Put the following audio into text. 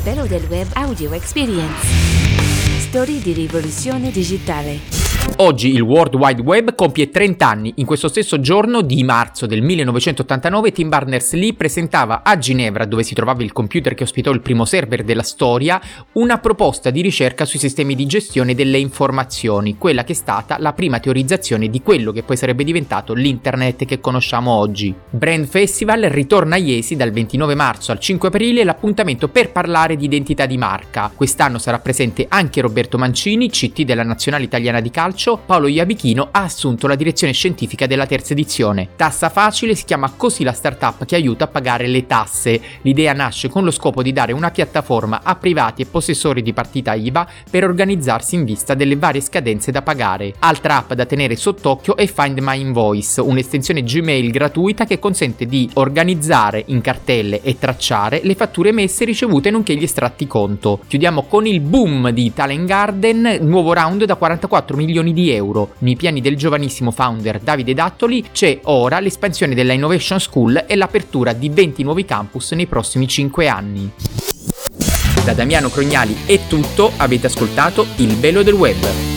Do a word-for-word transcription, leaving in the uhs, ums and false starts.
Velo del Web Audio Experience. Storie di rivoluzione digitale. Oggi il World Wide Web compie trenta anni. In questo stesso giorno di marzo del millenovecentottantanove Tim Berners-Lee presentava a Ginevra, dove si trovava il computer che ospitò il primo server della storia, una proposta di ricerca sui sistemi di gestione delle informazioni, quella che è stata la prima teorizzazione di quello che poi sarebbe diventato l'internet che conosciamo oggi. Brand Festival ritorna a Iesi dal ventinove marzo al cinque aprile, l'appuntamento per parlare di identità di marca. Quest'anno sarà presente anche Roberto Mancini, C T della Nazionale Italiana di Calcio. Paolo Iabichino ha assunto la direzione scientifica della terza edizione. Tassa Facile si chiama così la startup che aiuta a pagare le tasse. L'idea nasce con lo scopo di dare una piattaforma a privati e possessori di partita I V A per organizzarsi in vista delle varie scadenze da pagare. Altra app da tenere sott'occhio è Find My Invoice, un'estensione Gmail gratuita che consente di organizzare in cartelle e tracciare le fatture emesse e ricevute nonché gli estratti conto. Chiudiamo con il boom di Talent Garden, nuovo round da quarantaquattro milioni di euro. Nei piani del giovanissimo founder Davide Dattoli c'è ora l'espansione della Innovation School e l'apertura di venti nuovi campus nei prossimi cinque anni. Da Damiano Crognali è tutto, avete ascoltato Il Velo del Web.